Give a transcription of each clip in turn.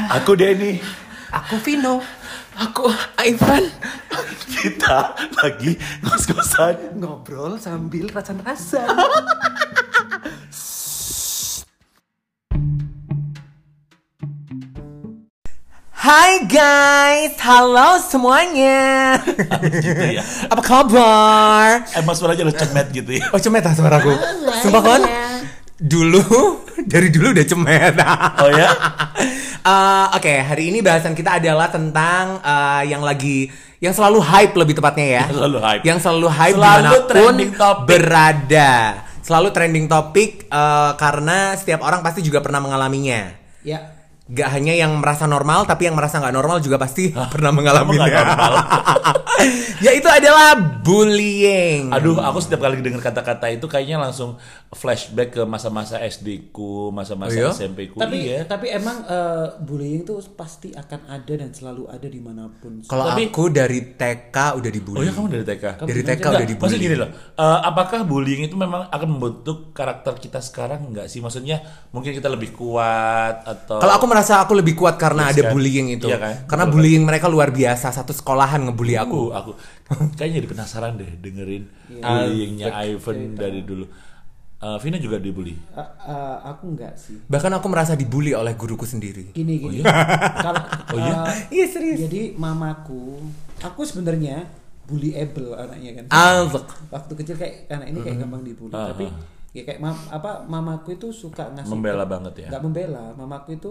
Aku Denny. Aku Vino. Aku Ivan. Kita lagi ngos-ngosan Ngobrol sambil rasan-rasan. Hai guys, halo semuanya. gitu ya. Apa kabar? Emang suaranya lo cemet gitu ya. Oh cemet ah suaraku. Sumpah kan? Dari dulu udah cemet. Oh ya? Oke, hari ini bahasan kita adalah tentang yang selalu hype lebih tepatnya ya. Selalu hype. Yang selalu hype Selalu dimanapun trending topic. berada. Selalu trending topik karena setiap orang pasti juga pernah mengalaminya. Ya. Gak hanya yang merasa normal, tapi yang merasa gak normal juga pasti pernah mengalaminya. Nggak normal. Yaitu adalah bullying. Aduh, aku setiap kali dengar kata-kata itu kayaknya langsung flashback ke masa-masa SD ku, masa-masa Oh iya? SMP ku. Tapi Iya. tapi emang bullying itu pasti akan ada dan selalu ada dimanapun. Kalau Tapi- aku dari TK udah dibully. Oh ya, kamu dari TK? Dari TK Enggak, udah dibully. maksudnya gini loh, apakah bullying itu memang akan membentuk karakter kita sekarang enggak sih? Maksudnya mungkin kita lebih kuat atau... Kalau aku merasa aku lebih kuat karena Yes, ada kan? bullying itu. Iya kan? Karena Betul, bullying mereka luar biasa. Satu sekolahan ngebully aku. aku kayaknya jadi penasaran deh dengerin bullyingnya Ivan dari dulu. Vina juga dibully. Aku enggak sih. Bahkan aku merasa dibully oleh guruku sendiri. Gini. Kalau Oh iya? Iya serius. Jadi mamaku, aku sebenarnya bullyable anaknya kan. Alzek. Waktu kecil kayak anak ini kayak gampang dibully, tapi ya kayak mamaku itu suka ngasih Membela banget ya? Nggak membela, mamaku itu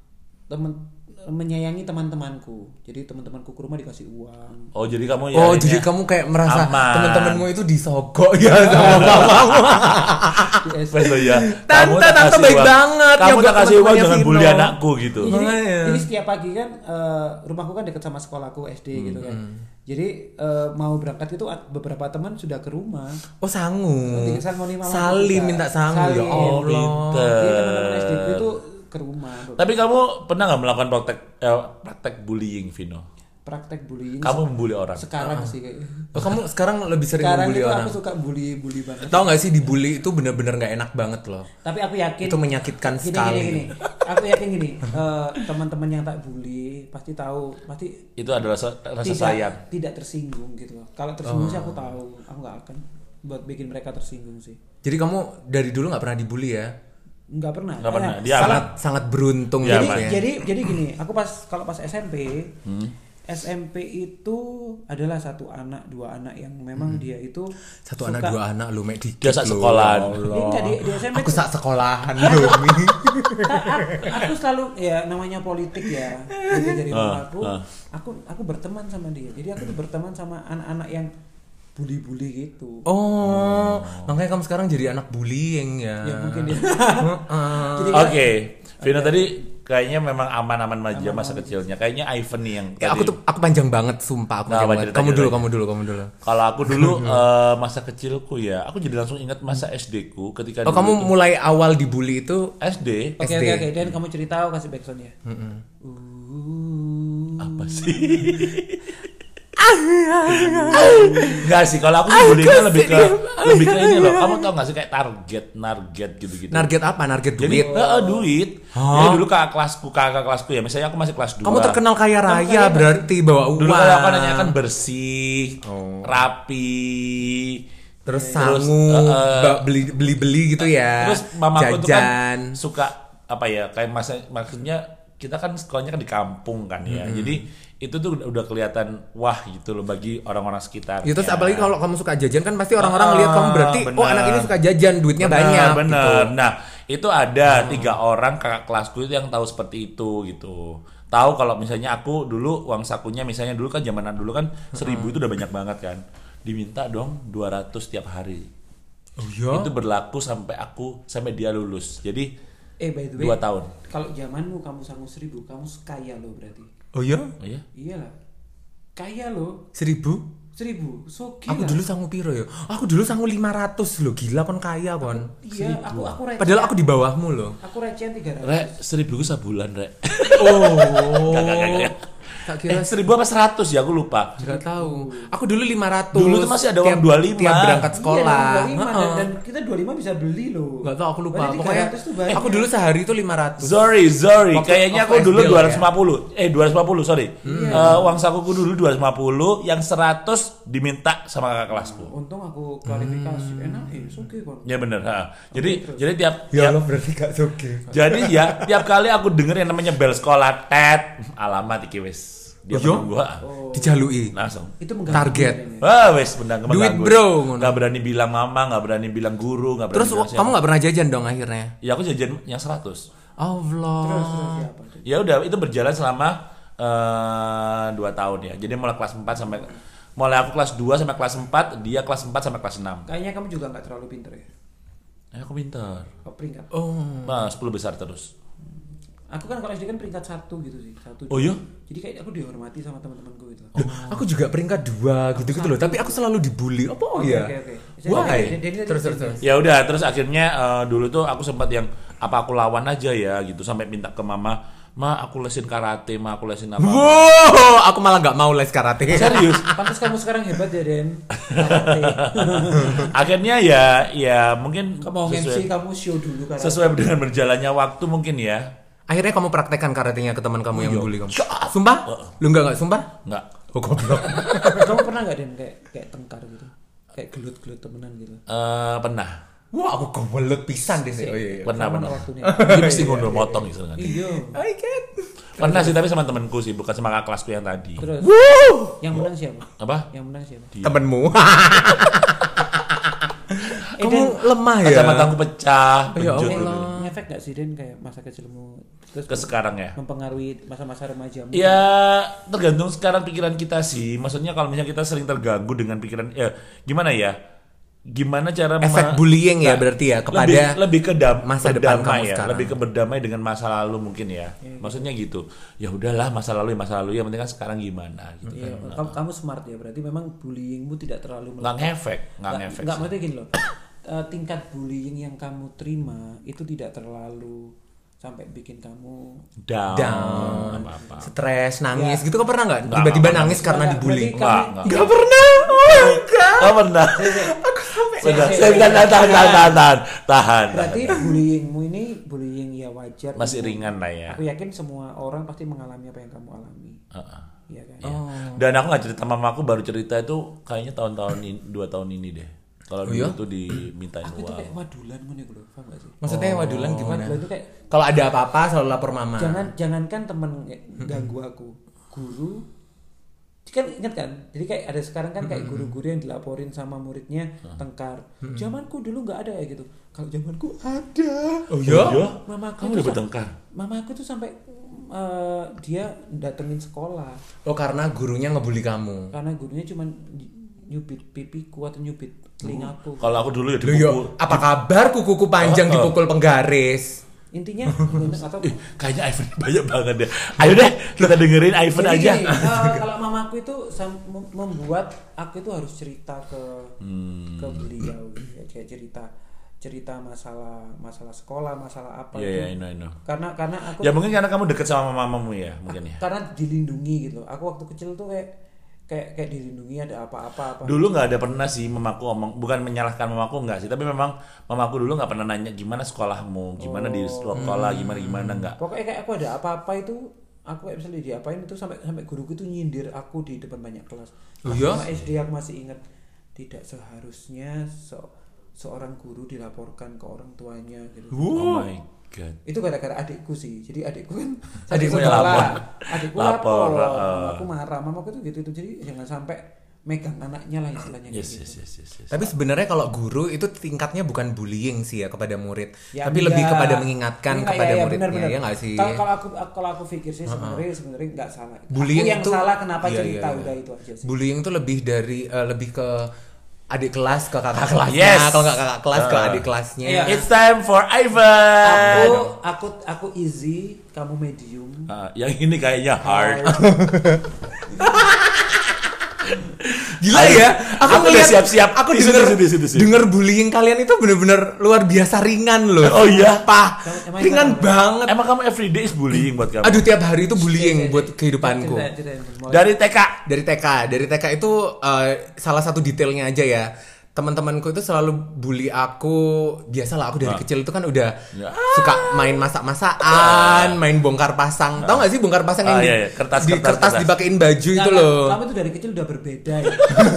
menyayangi teman-temanku. Jadi teman-temanku ke rumah dikasih uang. Oh jadi kamu ya? Oh jadi kamu kayak merasa aman. teman-temanmu itu disogok ya sama mamamu. Betul ya. Tante tak kasih baik uang. banget. Kamu Ya, buat tak kasih uang teman-temannya jangan Vino. bully anakku gitu. Jadi, Makanya. jadi setiap pagi kan rumahku kan dekat sama sekolahku SD gitu kan. Jadi mau berangkat itu beberapa teman sudah ke rumah. Oh sangu. Nanti sangoni mamaku Salim juga. minta sangu ya Salim. Allah. Pinter. Jadi teman-teman SD ku itu ke rumah. Tapi kamu pernah nggak melakukan praktek bullying, Vino? Praktek bullying. Kamu membuli orang? Sekarang sih kayak. Oh, kamu sekarang lebih sering Sekarang membuli itu orang. aku suka bully banget. Tahu nggak sih dibully itu bener-bener nggak enak banget loh. Tapi aku yakin Itu menyakitkan sekali. Gini. Aku yakin gini, teman-teman yang tak bully pasti tahu, pasti Itu adalah rasa sayang. tidak tersinggung gitu loh. Kalau tersinggung sih aku tahu, aku nggak akan buat bikin mereka tersinggung sih. Jadi kamu dari dulu nggak pernah dibully ya? Nggak pernah. Nggak pernah. Karena Dia Sangat sangat beruntung Ya, gitu Pak. ya. jadi gini, aku kalau pas SMP, SMP itu adalah satu anak dua anak yang memang dia itu Satu suka- anak dua anak lu mek dikit. Dia sak lu, sekolahan. ya Allah. Enggak, di SMP Aku sak sekolahan lu. Mi. aku selalu ya namanya politik ya. Jadi dari rumahku, aku berteman sama dia. Jadi aku tuh berteman sama anak-anak yang bully-bully gitu. Oh, makanya kamu sekarang jadi anak bullying ya. Ya mungkin dia. Heeh. Jadi Oke, Vino tadi kayaknya memang aman-aman aja masa kecilnya. Kayaknya Ivan nih yang Ya, tadi. aku panjang banget sumpah aku Nah, panjang banget. cerita, Kamu cerita. dulu. Kalau aku dulu masa kecilku ya, aku jadi langsung ingat masa SD ku ketika Oh, dulu kamu tuh- mulai awal dibully itu Oke, SD. SD. Dan kamu cerita, aku kasih backsound ya. Apa sih? Enggak sih, kalau aku bullyingnya lebih ke ini loh. Kamu tau gak sih kayak target gitu-gitu. Target apa? Target Jadi duit. duit. Jadi dulu kakak kelasku ya, misalnya aku masih kelas 2. Kamu terkenal kaya raya berarti bawa uang. Dulu kalau aku nanya kan bersih, rapi, Terus sangu, beli-beli gitu ya. Terus mamaku tuh jajan. kan suka apa ya, kayak maksudnya kita kan sekolahnya kan di kampung kan ya. Jadi itu tuh udah kelihatan wah gitu loh bagi orang-orang sekitar. Ya, terus apalagi kalau kamu suka jajan kan pasti orang-orang lihat kamu berarti bener. oh anak ini suka jajan, duitnya banyak Bener. gitu. Nah, itu ada 3 orang kakak kelasku itu yang tahu seperti itu gitu. Tahu kalau misalnya aku dulu uang sakunya misalnya dulu kan zamanan dulu kan 1.000 itu udah banyak banget kan. Diminta dong 200 tiap hari. Oh iya. Itu berlaku sampai dia lulus. Jadi By the way, 2 tahun. kalau zamanmu kamu sangu 1.000, kamu kaya loh berarti. Oh iya? Oh iya? Iyalah, kaya loh. 1.000? 1.000, so gila. Aku dulu sangu piro ya? Aku dulu sangu 500 loh, gila kon kaya kon. Iya, aku recehan. Padahal aku di bawahmu loh. Aku recehan 300. Rek, 1.000 ku sabulan, Rek. Oh. Gak. Tak kira 1000 apa 100 ya, aku lupa. Enggak tahu. Aku dulu 500. Dulu tuh masih ada uang 25. Tiap berangkat sekolah. Iya, dan kita 25 bisa beli loh. Enggak tahu, aku lupa. Berarti Pokoknya 300 tuh banyak. aku dulu sehari itu 500. Sorry. Kayaknya aku waktu dulu SD lah 250, sorry. Uang sakuku dulu 250, yang 100 diminta sama kakak kelasku. Untung aku klarifikasi. Enak ya, oke kok. Ya bener, ha. Jadi tiap berarti gak soge. jadi ya tiap kali aku denger yang namanya bel sekolah, alamat iki wis. Dia menunggu Dijalui. langsung. Itu mengganggu. Target. Wes mengganggu. Duit, bro, ngono. Nggak berani bilang mama, nggak berani bilang guru, nggak berani. Terus bilang kamu nggak pernah jajan dong akhirnya? Ya aku jajan yang 100. Allah. Terus siapa? Ya udah itu berjalan selama 2 tahun ya. Jadi mulai aku kelas 2 sampai kelas 4, dia kelas 4 sampai kelas 6. Kayaknya kamu juga nggak terlalu pinter ya. Aku pintar. Peringkat. Nah, 10 besar terus. Aku kan kalau SD kan peringkat 1 gitu sih. 1. Oh iya? Jadi kayak aku dihormati sama teman-temanku gitu. Loh, aku juga peringkat 2 gitu-gitu loh, tapi aku selalu dibully. Apa ya? Oke. Why? Terus. Ya udah, terus akhirnya dulu tuh aku sempat yang apa aku lawan aja ya gitu sampai minta ke mama, aku lesin karate, aku lesin apa. Wow, aku malah nggak mau les karate. Serius? Pantas kamu sekarang hebat ya, Den. Karate. Akhirnya ya mungkin Kamu MC kamu show dulu karate. sesuai dengan berjalannya waktu mungkin ya. Akhirnya kamu praktekkan karatenya ke teman kamu yang bully kamu. Sumpah? Lu enggak sumpah? Enggak. Oh, goblok. Kamu pernah nggak, Den, kayak tengkar gitu? Kayak gelut-gelut temenan gitu. Pernah. Wah, aku kebelet pisan deh sih. Oh iya. Pernah. Waktunya. Jadi mesti ngundul motong gitu kan. Iya. I can. Pernah sih tapi sama temanku sih, bukan sama kakak kelasku yang tadi. Terus yang menang siapa? Apa? Yang menang siapa? Dia. Temenmu. Kamu lemah ya? Kacamataku pecah, Ya benjut Allah. gitu. Ngefek gak sih, Den, kayak masa kecilmu terus Ke sekarang ya. mempengaruhi masa-masa remajamu? Ya tergantung sekarang pikiran kita sih. Maksudnya kalau misalnya kita sering terganggu dengan pikiran, ya gimana ya? Gimana cara Efek bullying ya berarti ya kepada lebih ke masa depan kamu ya, sekarang. lebih ke berdamai dengan masa lalu mungkin ya. Maksudnya gitu. Ya udahlah masa lalu, yang penting kan sekarang gimana gitu. Iya, kamu smart ya, berarti memang bullyingmu tidak terlalu Nggak ngefek. Nggak, maksudnya gini loh. Tingkat bullying yang kamu terima itu tidak terlalu sampai bikin kamu down. Apa-apa. stres, nangis Ya. gitu. Kau pernah nggak Nggak, tiba-tiba nggak, nangis karena Nggak, dibully? berarti kamu- Nggak. pernah. Oh enggak. Oh pernah. Sudah, Saya- saya tahan. berarti bullyingmu ini bullying ya wajar. Masih gitu. ringan lah ya. Aku yakin semua orang pasti mengalami apa yang kamu alami. Iya kan? Dan aku nggak cerita mama aku, baru cerita itu kayaknya tahun-tahun ini, 2 tahun ini deh. Kalau dulu tuh dimintain Aku tuh uang. kayak wadulan ngono lho, paham gak sih? Maksudnya wadulan gimana? Wadulan itu kayak Kalau ada apa-apa selalu lapor mama. jangankan temen ganggu aku, guru kan ingat kan? Jadi kayak ada sekarang kan kayak guru-guru yang dilaporin sama muridnya tengkar. Zamanku dulu nggak ada ya gitu. Kalau zamanku ada. Oh iya? Mama aku Kamu udah bertengkar? Mama aku tuh sampai dia datengin sekolah Oh karena gurunya ngebully kamu. karena gurunya cuma nyubit pipiku atau nyubit telingaku. Kalau aku dulu ya Loh yo, dipukul. apa kabar kuku panjang dipukul penggaris? Intinya gimana atau Kayaknya Ivan banyak banget ya. Ayo deh kita dengerin Ivan jadi aja. gini, kalau mamaku itu membuat aku itu harus cerita ke beliau gitu ya, kayak cerita masalah sekolah, masalah apa Iya, itu. I know. Karena aku Ya mungkin karena kamu deket sama mamamu ya, mungkin ya. karena dilindungi gitu loh. Aku waktu kecil tuh kayak dilindungi, ada apa-apa. Dulu nggak ada pernah sih mamaku ngomong, bukan menyalahkan mamaku nggak sih, tapi memang mamaku dulu nggak pernah nanya gimana sekolahmu, gimana di sekolah, gimana nggak. Pokoknya kayak aku ada apa-apa itu, aku kayak misalnya diapain itu sampai guruku itu nyindir aku di depan banyak kelas. Oh iya? Sama SD aku masih ingat, tidak seharusnya seorang guru dilaporkan ke orang tuanya gitu. Oh my god. Itu gara-gara adikku sih. Jadi adikku kan Adikmu satu sekolah. lapor. Adikku Lapor, lapor. Aku marah. Mamaku tuh gitu. Jadi jangan sampai megang anaknya lah istilahnya kayak gitu. Tapi sebenarnya kalau guru itu tingkatnya bukan bullying sih ya kepada murid, Ya, tapi lebih enggak. kepada mengingatkan Enggak, kepada ya, muridnya, benar. ya nggak sih? Kalau aku pikir sih sebenarnya nggak salah. Bullying aku yang itu salah kenapa iya, cerita iya. udah itu aja sih. Bullying itu lebih dari lebih ke adik kelas ke kakak kelasnya, Yes. kalau nggak kakak kelas ke adik kelasnya. Iya. It's time for Ivan. Aku easy, kamu medium. Yang ini kayaknya hard. Gila ya. Aku udah ngeliat- siap-siap. Aku Di denger, situ. denger bullying kalian itu bener-bener luar biasa ringan loh. Oh iya? Pak. Emang Ringan kenapa? banget. Emang kamu everyday is bullying buat kamu? Aduh, tiap hari itu bullying buat kehidupanku. Ceritain. Dari TK. Dari TK itu salah satu detailnya aja ya. Teman-temanku itu selalu bully aku. Biasalah aku dari kecil itu kan udah Ya. suka main masak-masakan, main bongkar pasang. Tahu nggak sih bongkar pasang yang Iya, iya. Kertas. dipakein baju itu Nah, loh. Kamu tuh dari kecil udah berbeda ya.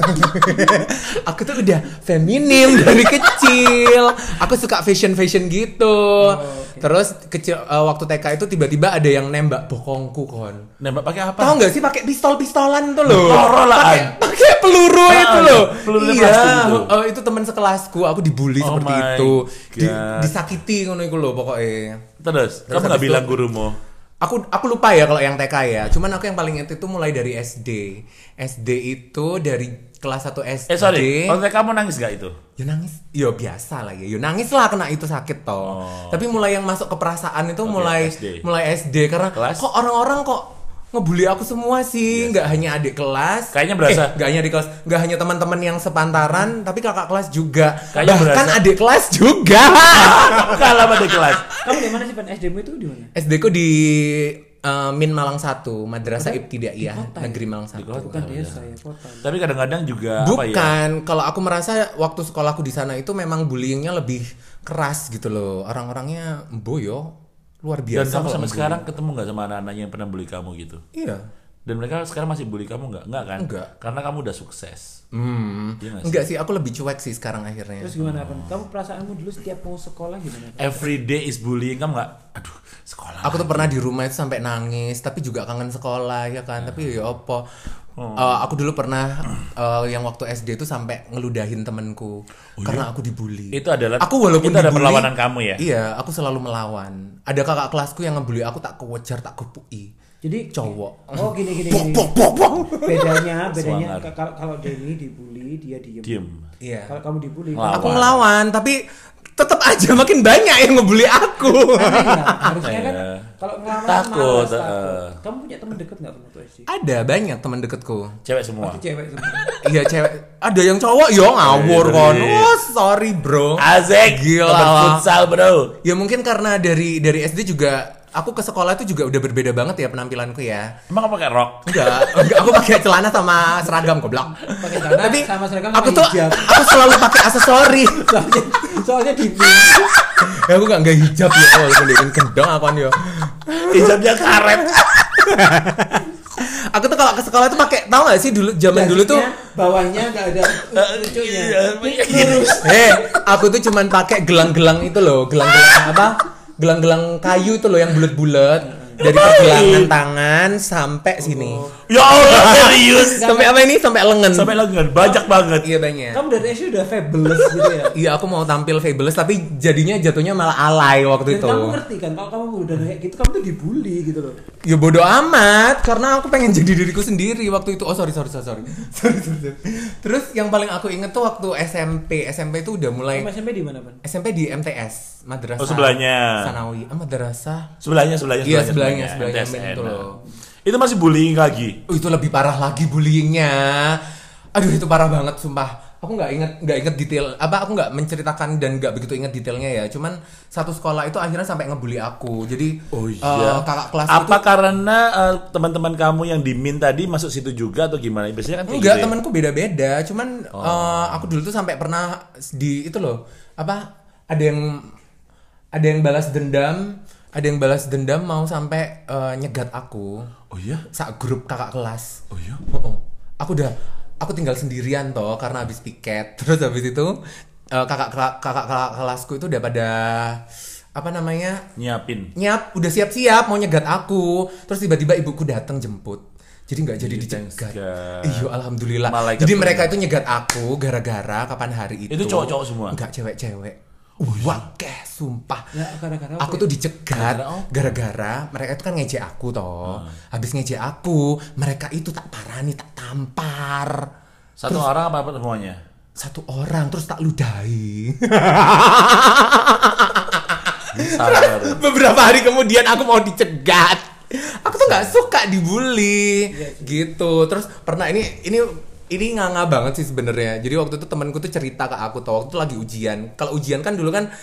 Aku tuh udah feminim dari kecil. Aku suka fashion gitu. Okay. Terus kecil waktu TK itu tiba-tiba ada yang nembak bokongku kon. Nembak pakai apa? Tahu nggak sih pakai pistol-pistolan tuh loh. Peluru lah, Pakai peluru itu loh. peluru Iya, plastik gitu. itu teman sekelasku. Aku dibully Oh seperti my itu. God. Disakiti ngono iku loh pokoknya. Terus kamu habis nggak itu- bilang gurumu? Aku lupa ya kalau yang TK ya. Cuman aku yang paling ingat itu mulai dari SD. SD itu dari kelas 1 SD. Sorry, waktu kamu nangis gak itu? Ya nangis, ya biasa lah ya. Ya nangis lah kena itu sakit toh. Oh. Tapi mulai yang masuk ke perasaan itu Oke, SD. mulai SD karena Kelas? kok orang-orang kok ngebully aku semua sih, nggak hanya adik kelas. Kayaknya berasa. Nggak hanya adik kelas, nggak hanya teman-teman yang sepantaran, tapi kakak kelas juga. Kayaknya Bahkan berasa. adik kelas juga. Kalah pada kelas. Kamu di mana sih Pan? SD-mu itu di mana? SD ku di Min Malang 1, Madrasah Di Ibtidaiyah kota ya? Negeri Malang 1. kota. Bukan desa ya, kota. Tapi kadang-kadang juga apa ya? Bukan, kalau aku merasa waktu sekolahku di sana itu memang bullyingnya lebih keras gitu loh. Orang-orangnya boyo, luar Dan biasa. kamu kalau sampai ngebully. sekarang ketemu nggak sama anak-anak yang pernah bully kamu gitu? Iya. Dan mereka sekarang masih bully kamu nggak? Nggak kan? Enggak. Karena kamu udah sukses. Iya nggak sih? Enggak sih, aku lebih cuek sih sekarang akhirnya. Terus gimana Pan? Kamu perasaanmu dulu setiap mau sekolah gimana? Pan? Everyday is bullying, kamu nggak? Aduh, sekolah. Aku tuh pernah di rumah itu sampai nangis, tapi juga kangen sekolah ya kan. Tapi ya apa? Aku dulu pernah yang waktu SD itu sampai ngeludahin temenku karena aku dibully. Itu adalah. Aku walaupun itu ada dibully, perlawanan kamu ya. Iya, aku selalu melawan. Ada kakak kelasku yang ngebully aku tak kewajar, tak kepui. Jadi Cowok. Oh gini. Bok. Bedanya Semangat. kalau Denny dibully dia diem. Diem. Iya. Kalau kamu dibully, Ngelawan. Aku ngelawan, tapi tetap aja makin banyak yang ngebully aku. harusnya kan Iya. kalau ngelawan Takut, malas, takut. Kamu punya teman deket nggak waktu SD? Ada banyak teman deketku. Cewek semua. Itu cewek semua. Iya cewek. Ada yang cowok, yo ngawur Iya, kon. iya. Oh sorry bro. Azek, Gila. teman futsal bro. Ya mungkin karena dari SD juga aku ke sekolah itu juga udah berbeda banget ya penampilanku ya. Emang kamu pakai rok? Enggak, aku pakai celana sama seragam goblok. Pakai celana Tapi sama seragam aku sama tuh hijab. aku selalu pakai aksesori. Soalnya di Ya aku gak hijab ya, walaupun dia kendang aku kan yo. Hijabnya karet. Aku tuh kalau ke sekolah tuh pakai, tahu gak sih dulu zaman dulu tuh bawahnya nggak ada lucunya. Iya. Lurus. aku tuh cuman pakai gelang-gelang itu loh, gelang-gelang apa? Gelang-gelang kayu itu loh yang bulat-bulat. Dari pergelangan tangan sampai sini. Ya Allah, serius. Sampai apa ini? Sampai lengan. Sampai lengan, banyak banget. Iya banyak. Kamu dari SD udah fabulous gitu ya. Iya, aku mau tampil fabulous tapi jatuhnya malah alay waktu Dan itu. kamu ngerti kan kalau kamu udah kayak gitu kamu tuh dibully gitu loh. Ya bodo amat karena aku pengen jadi diriku sendiri waktu itu. Oh sorry. Sorry. Terus yang paling aku inget tuh waktu SMP itu udah mulai. Kamu SMP di mana, Pan? SMP di MTS, Madrasah. Oh, sebelahnya. Sanawi. Madrasah. Sebelahnya. Iya, sebelahnya MTSN. Min itu loh. Itu masih bullying lagi. Oh, itu lebih parah lagi bullyingnya. Aduh, itu parah banget sumpah. Aku nggak inget detail. Aku nggak menceritakan dan nggak begitu inget detailnya ya. Cuman satu sekolah itu akhirnya sampai ngebully aku. Jadi Oh iya. kakak kelas Apa itu karena teman-teman kamu yang di Min tadi masuk situ juga atau gimana? Biasanya kan kayak enggak, gitu ya? temanku beda-beda. Cuman aku dulu tuh sampai pernah di itu loh. Ada yang balas dendam mau sampai nyegat aku. Oh iya? Sak grup kakak kelas. Oh iya? Aku tinggal sendirian toh karena habis piket. Terus habis itu kakak kelasku itu udah pada Nyiapin. udah siap-siap mau nyegat aku. Terus tiba-tiba ibuku datang jemput. Jadi nggak jadi Iya, dicegat. thanks God. Iya, alhamdulillah. Malaikat Jadi bener. mereka itu nyegat aku gara-gara kapan hari itu. Itu cowok-cowok semua? Enggak, cewek-cewek. Wakeh, sumpah. Ya, gara-gara Aku apa tuh dicegat gara-gara mereka itu kan ngejek aku toh. Habis ngejek aku, mereka itu tak parani, tak tampar. Satu orang apa semuanya? Satu orang terus tak ludahi. Sabar. Beberapa hari kemudian aku mau dicegat. Aku tuh nggak suka dibully gitu. Terus pernah ini ini nganga banget sih sebenarnya. Jadi waktu itu temanku tuh cerita ke aku tuh waktu itu lagi ujian. Kalau ujian kan dulu kan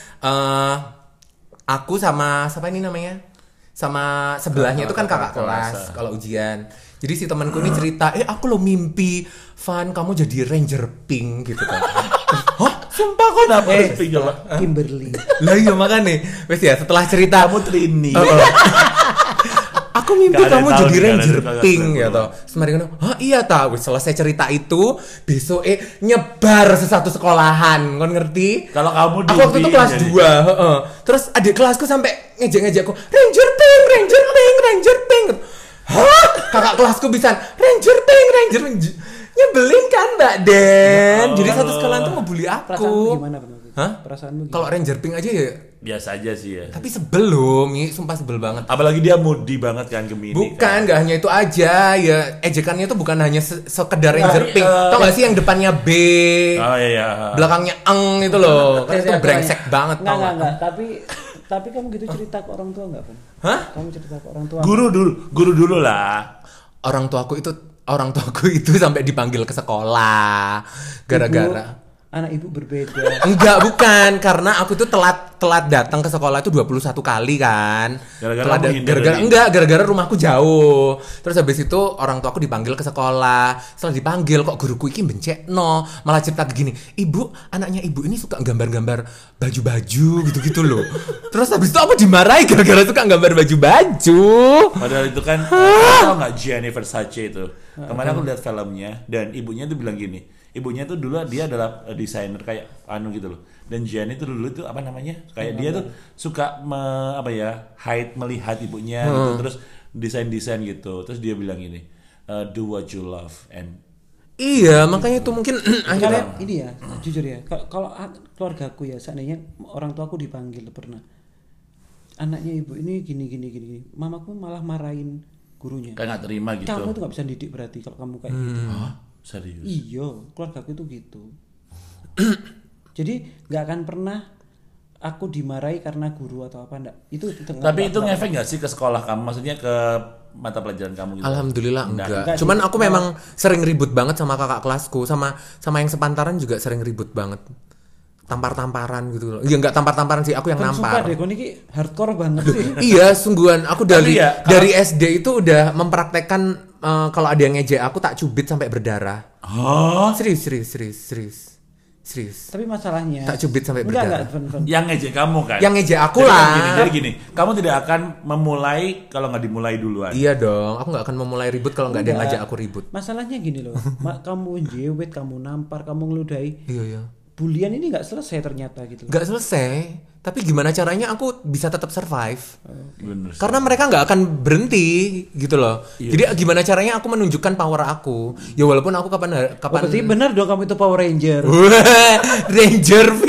aku sama siapa ini namanya? Sama sebelahnya itu kan kakak kelas kalau ujian. Jadi si temanku ini cerita, aku lo mimpi Van kamu jadi Ranger Pink gitu kan. Hah? Sumpah kok dapet Kimberly. Lah iya makanya. Wes ya setelah cerita Kamu Trini. Aku mimpi kamu jadi Ranger Pink ya gitu. Semari kan, iya tahu. Selesai cerita itu, besok nyebar sesatu sekolahan, kon ngerti? Kalau kamu aku waktu itu kelas 2, terus adik kelasku sampai ngejek-ngejekku, Ranger Pink, Ranger Pink, Ranger Pink. Hah? Kakak kelasku bisa Ranger Pink, Ranger Pink. Nyebelin kan Mbak Den? Jadi satu sekolahan tuh ngebully aku. Perasaanmu gimana benar? Hah? Perasaanmu gimana? Kalau Ranger Pink aja ya biasa aja sih ya. tapi sebelum ini sumpah sebel banget. Apalagi dia moody banget kan Gemini. Bukan, gak hanya itu aja ya. Ejekannya itu bukan hanya sekedar Ranger Pink. Tau gak sih yang depannya B, oh iya. belakangnya eng itu loh. Kan itu brengsek banget tau gak? Enggak. Tapi kamu gitu cerita ke orang tua enggak, Pun? Hah? Kamu cerita ke orang tua? Guru dulu lah. Orang tuaku itu sampai dipanggil ke sekolah gara-gara Anak ibu berbeda. Enggak, bukan. Karena aku tuh telat datang ke sekolah itu 21 kali kan. Gara-gara rumahku jauh. Terus habis itu orang tua aku dipanggil ke sekolah. Setelah dipanggil kok guruku iki bencekno, malah cerita gini, "Ibu, anaknya ibu ini suka gambar-gambar baju-baju gitu-gitu loh." Terus habis itu aku dimarahi gara-gara suka gambar baju-baju. Padahal itu kan tau nggak Gianni Versace itu. Kemarin aku lihat filmnya dan ibunya tuh bilang gini. Ibunya tuh dulu dia adalah desainer kayak gitu loh. Dan Gianni tuh dulu tuh apa namanya? Kayak dia tuh suka melihat ibunya gitu, terus desain gitu. Terus dia bilang gini, do what you love and iya, makanya itu mungkin akhirnya ini ya, jujur ya. Kalau keluargaku ya, seandainya orang tua aku dipanggil pernah. Anaknya ibu ini gini. Mamaku malah marahin gurunya. Kayak nggak terima gitu. Kamu tuh nggak bisa didik berarti kalau kamu kayak gitu. Serius? Iya, keluargaku itu gitu. Jadi nggak akan pernah aku dimarahi karena guru atau apa enggak. Tapi itu ngefek nggak sih ke sekolah kamu? Maksudnya ke mata pelajaran kamu gitu? Alhamdulillah enggak. Cuman aku memang sering ribut banget sama kakak kelasku, sama yang sepantaran juga sering ribut banget. Tampar-tamparan gitu loh. Iya enggak tampar-tamparan sih, aku yang nampar. Sumpah deh, kau ini hardcore banget sih. Iya, sungguhan. Aku dari SD itu udah mempraktekkan kalau ada yang ngejek aku tak cubit sampai berdarah. Serius. Tapi masalahnya tak cubit sampai berdarah. Yang ngejek kamu kan? Yang ngejek aku lah. Jadi gini, kamu tidak akan memulai kalau nggak dimulai duluan. Iya dong, aku nggak akan memulai ribut kalau nggak ada yang ngajak aku ribut. Masalahnya gini loh, kamu jewet, kamu nampar, kamu ngeludahi. Iya. Bulian ini nggak selesai ternyata gitu. Nggak selesai. Tapi gimana caranya aku bisa tetap survive? Bener, karena mereka nggak akan berhenti gitu loh. Iya. Jadi gimana caranya aku menunjukkan power aku? Ya walaupun aku kapan berarti benar dong kamu itu Power Ranger. Ranger V.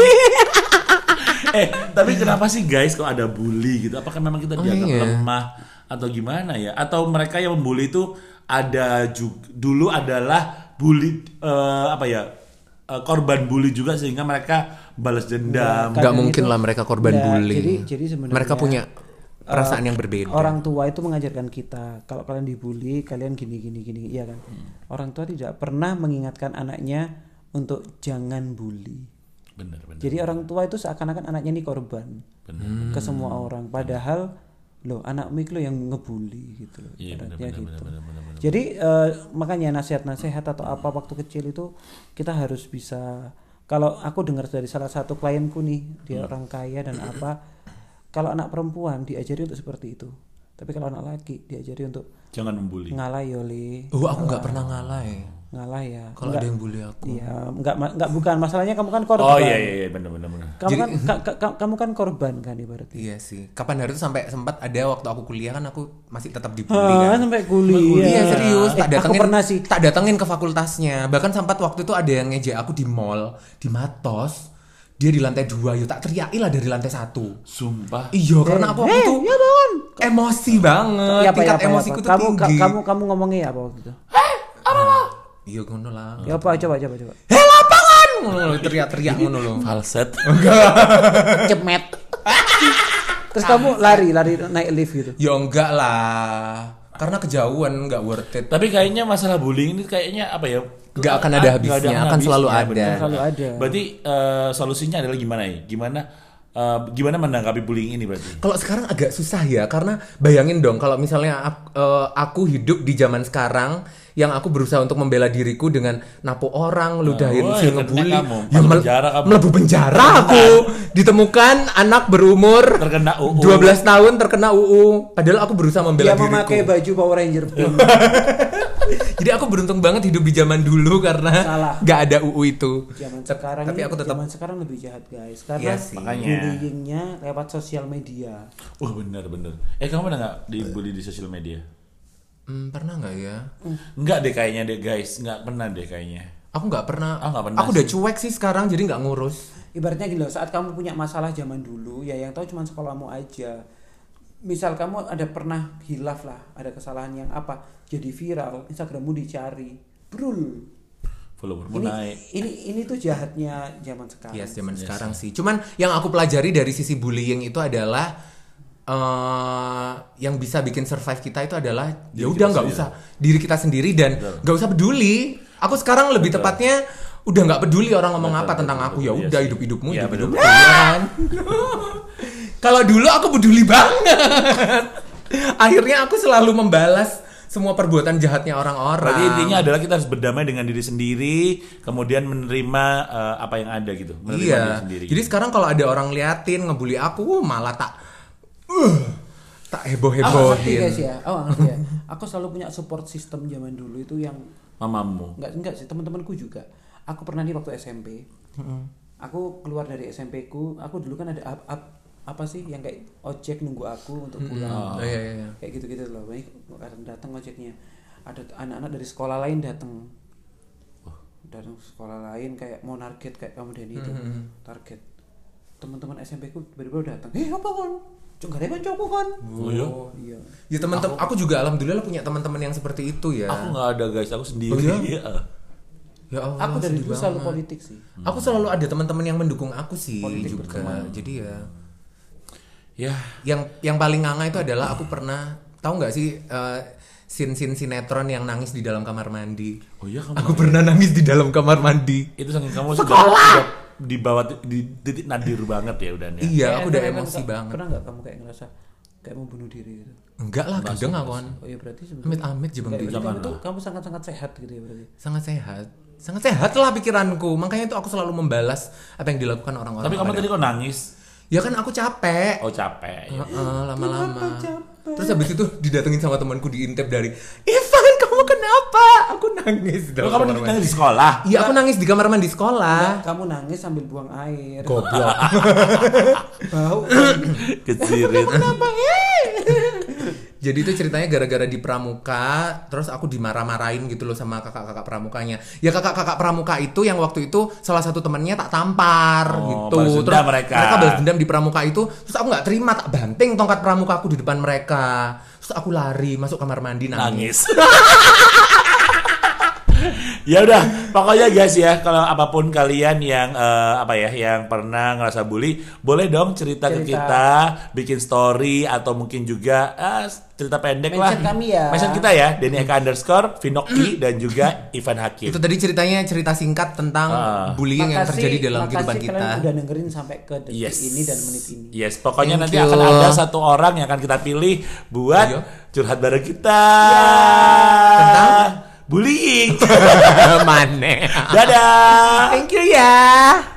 Tapi kenapa sih guys kok ada bully gitu? Apakah memang kita dianggap lemah atau gimana ya? Atau mereka yang membuli itu dulu adalah bully korban bully juga sehingga mereka balas dendam. Nggak mungkin lah mereka korban bully. Jadi sebenarnya mereka punya perasaan yang berbeda. Orang tua itu mengajarkan kita kalau kalian dibully kalian gini, iya kan? Orang tua tidak pernah mengingatkan anaknya untuk jangan bully. Benar. Jadi orang tua itu seakan-akan anaknya ini korban ke semua orang. Padahal anakmu itu yang ngebully gitu loh. Iya, benar. Jadi makanya nasihat-nasihat atau apa waktu kecil itu kita harus bisa. Kalau aku dengar dari salah satu klienku nih, dia orang kaya dan apa, kalau anak perempuan diajari untuk seperti itu. Tapi kalau anak laki diajari untuk jangan membuli. Ngalah Yoli. Aku nggak pernah ngalah ya. Ngalah ya. Kalau ada yang bully aku. Iya, enggak bukan masalahnya kamu kan korban. Oh iya benar. Kamu kan korban kan ibaratnya. Iya sih. Kapan hari itu sampai sempat ada waktu aku kuliah kan aku masih tetap dibully kan. Sampai kuliah. Iya serius. Tak datengin ke fakultasnya. Bahkan sempat waktu itu ada yang ngejek aku di mall, di Matos. Dia di lantai 2, tak teriaki lah dari lantai 1. Sumpah. Iya, karena aku tuh ya bangun. Emosi banget. Tingkat emosiku tuh tinggi. Kamu ngomongnya apa waktu itu? Iya ngono lah. Ya apa coba. Lapangan. Ngono teriak-teriak ngono lho. Falset. Cemet. Terus kamu lari naik lift gitu. Ya enggak lah. Karena kejauhan enggak worth it. Tapi kayaknya masalah bullying ini kayaknya apa ya? nggak akan ada habisnya, akan selalu ada. benar. Selalu ada. Berarti solusinya adalah gimana ya? Gimana menanggapi bullying ini berarti? Kalau sekarang agak susah ya, karena bayangin dong kalau misalnya aku hidup di zaman sekarang yang aku berusaha untuk membela diriku dengan napo orang, ludahin ya ngebully, kena kamu. melebu penjara aku. Ditemukan anak berumur Terkena UU. 12 tahun terkena UU. Padahal aku berusaha membela Dia diriku. memakai baju Power Ranger pink. Jadi aku beruntung banget hidup di zaman dulu karena Salah. nggak ada UU itu. Zaman sekarang Tapi ini, aku tetap zaman sekarang lebih jahat guys, karena Iya sih. Makanya. bullyingnya lewat sosial media. Bener. Kamu pernah nggak dibully di sosial media? Pernah nggak ya? Enggak deh kayaknya deh guys, nggak pernah deh kayaknya. Aku nggak pernah. Ah, nggak pernah Aku udah cuek sih sekarang, jadi nggak ngurus. Ibaratnya gini loh, saat kamu punya masalah zaman dulu, ya yang tahu cuma sekolahmu aja. Misal kamu ada pernah hilaf lah, ada kesalahan yang apa, jadi viral, Instagrammu dicari, brul. Followermu naik. Ini tuh jahatnya zaman sekarang. Iya, zaman sekarang sih. Cuman yang aku pelajari dari sisi bullying itu adalah yang bisa bikin survive kita itu adalah ya udah nggak usah diri kita sendiri dan nggak usah peduli. Aku sekarang lebih tepatnya udah nggak peduli orang ngomong apa tentang aku, ya udah hidup-hidupmu, Iya, hidup-hidupmu kan. Kalau dulu aku peduli banget. Akhirnya aku selalu membalas semua perbuatan jahatnya orang-orang. Berarti intinya adalah kita harus berdamai dengan diri sendiri, kemudian menerima apa yang ada gitu, menerima Iya. diri sendiri. Jadi sekarang kalau ada orang liatin ngebully aku, malah tak Ngerti heboh-hebohin. guys ya. Ngerti ya. Aku selalu punya support system zaman dulu itu yang Mamamu. enggak sih, teman-temanku juga. Aku pernah nih waktu SMP. Aku keluar dari SMP ku, aku dulu kan ada apa sih yang kayak ojek nunggu aku untuk pulang. Oh, iya. Kayak gitu-gitu loh. Baik datang ojeknya. Ada anak-anak dari sekolah lain datang. Datang sekolah lain kayak mau target kayak kamu Denny itu. Target. Teman-teman SMP ku tiba-tiba datang. Apa kon? Cuk gak ada cowok kon. Oh, Iya. Ya teman-teman, aku juga alhamdulillah punya teman-teman yang seperti itu ya. Aku nggak ada guys, aku sendiri. Oh, iya? Iya. Ya Allah, Aku dari sedih dulu selalu banget. politik sih. Aku selalu ada teman-teman yang mendukung aku sih Politik juga. berteman. Jadi ya, Ya. yang paling nganga itu adalah aku pernah tahu nggak sih scene sinetron yang nangis di dalam kamar mandi. Oh iya kamu. Aku pernah nangis di dalam kamar mandi. Itu saking kamu sudah di bawah di titik nadir banget ya udah nih. Iya, aku udah Pernah emosi nggak- banget. Pernah nggak kamu kayak ngerasa kayak mau bunuh diri gitu? Enggak lah, kadang aku kan. Oh iya berarti Amit-amit jebang Kayak diri. berarti kamu Jangan tuh kamu sangat-sangat sehat gitu ya berarti. Sangat sehat lah pikiranku. Makanya itu aku selalu membalas apa yang dilakukan orang-orang. Tapi kamu pada- tadi kok nangis? Ya kan aku capek. Oh capek. Ya. Lama-lama. Kenapa capek? Terus habis itu didatengin sama temanku diintip dari Ivan, kamu kenapa? Aku nangis di Oh, dalam kamu kamar mandi. nangis di sekolah? Iya, aku nangis di kamar mandi sekolah. Kamu nangis sambil buang air. Goblok. Bau. Kecirit. Jadi itu ceritanya gara-gara di pramuka, terus aku dimarah-marahin gitu loh sama kakak-kakak pramukanya. Ya kakak-kakak pramuka itu yang waktu itu salah satu temennya tak tampar Oh, gitu. balas dendam mereka. balas dendam di pramuka itu, terus aku nggak terima, tak banting tongkat pramuka aku di depan mereka. Terus aku lari masuk kamar mandi nangis. Ya udah, pokoknya guys ya, kalau apapun kalian yang yang pernah ngerasa bully, boleh dong cerita ke kita, bikin story atau mungkin juga cerita pendek Mention lah. kami ya. Mention kita ya, Denny Eka _ Vinoki dan juga Ivan Hakim. Itu tadi ceritanya cerita singkat tentang bullying yang terjadi dalam kehidupan kita. Kalian udah dengerin sampai ke detik Yes. ini dan menit ini. Yes, pokoknya Thank nanti you. akan ada satu orang yang akan kita pilih buat Ayo. curhat bareng kita. Tentang? bullying. Mana? Dadah. Thank you ya.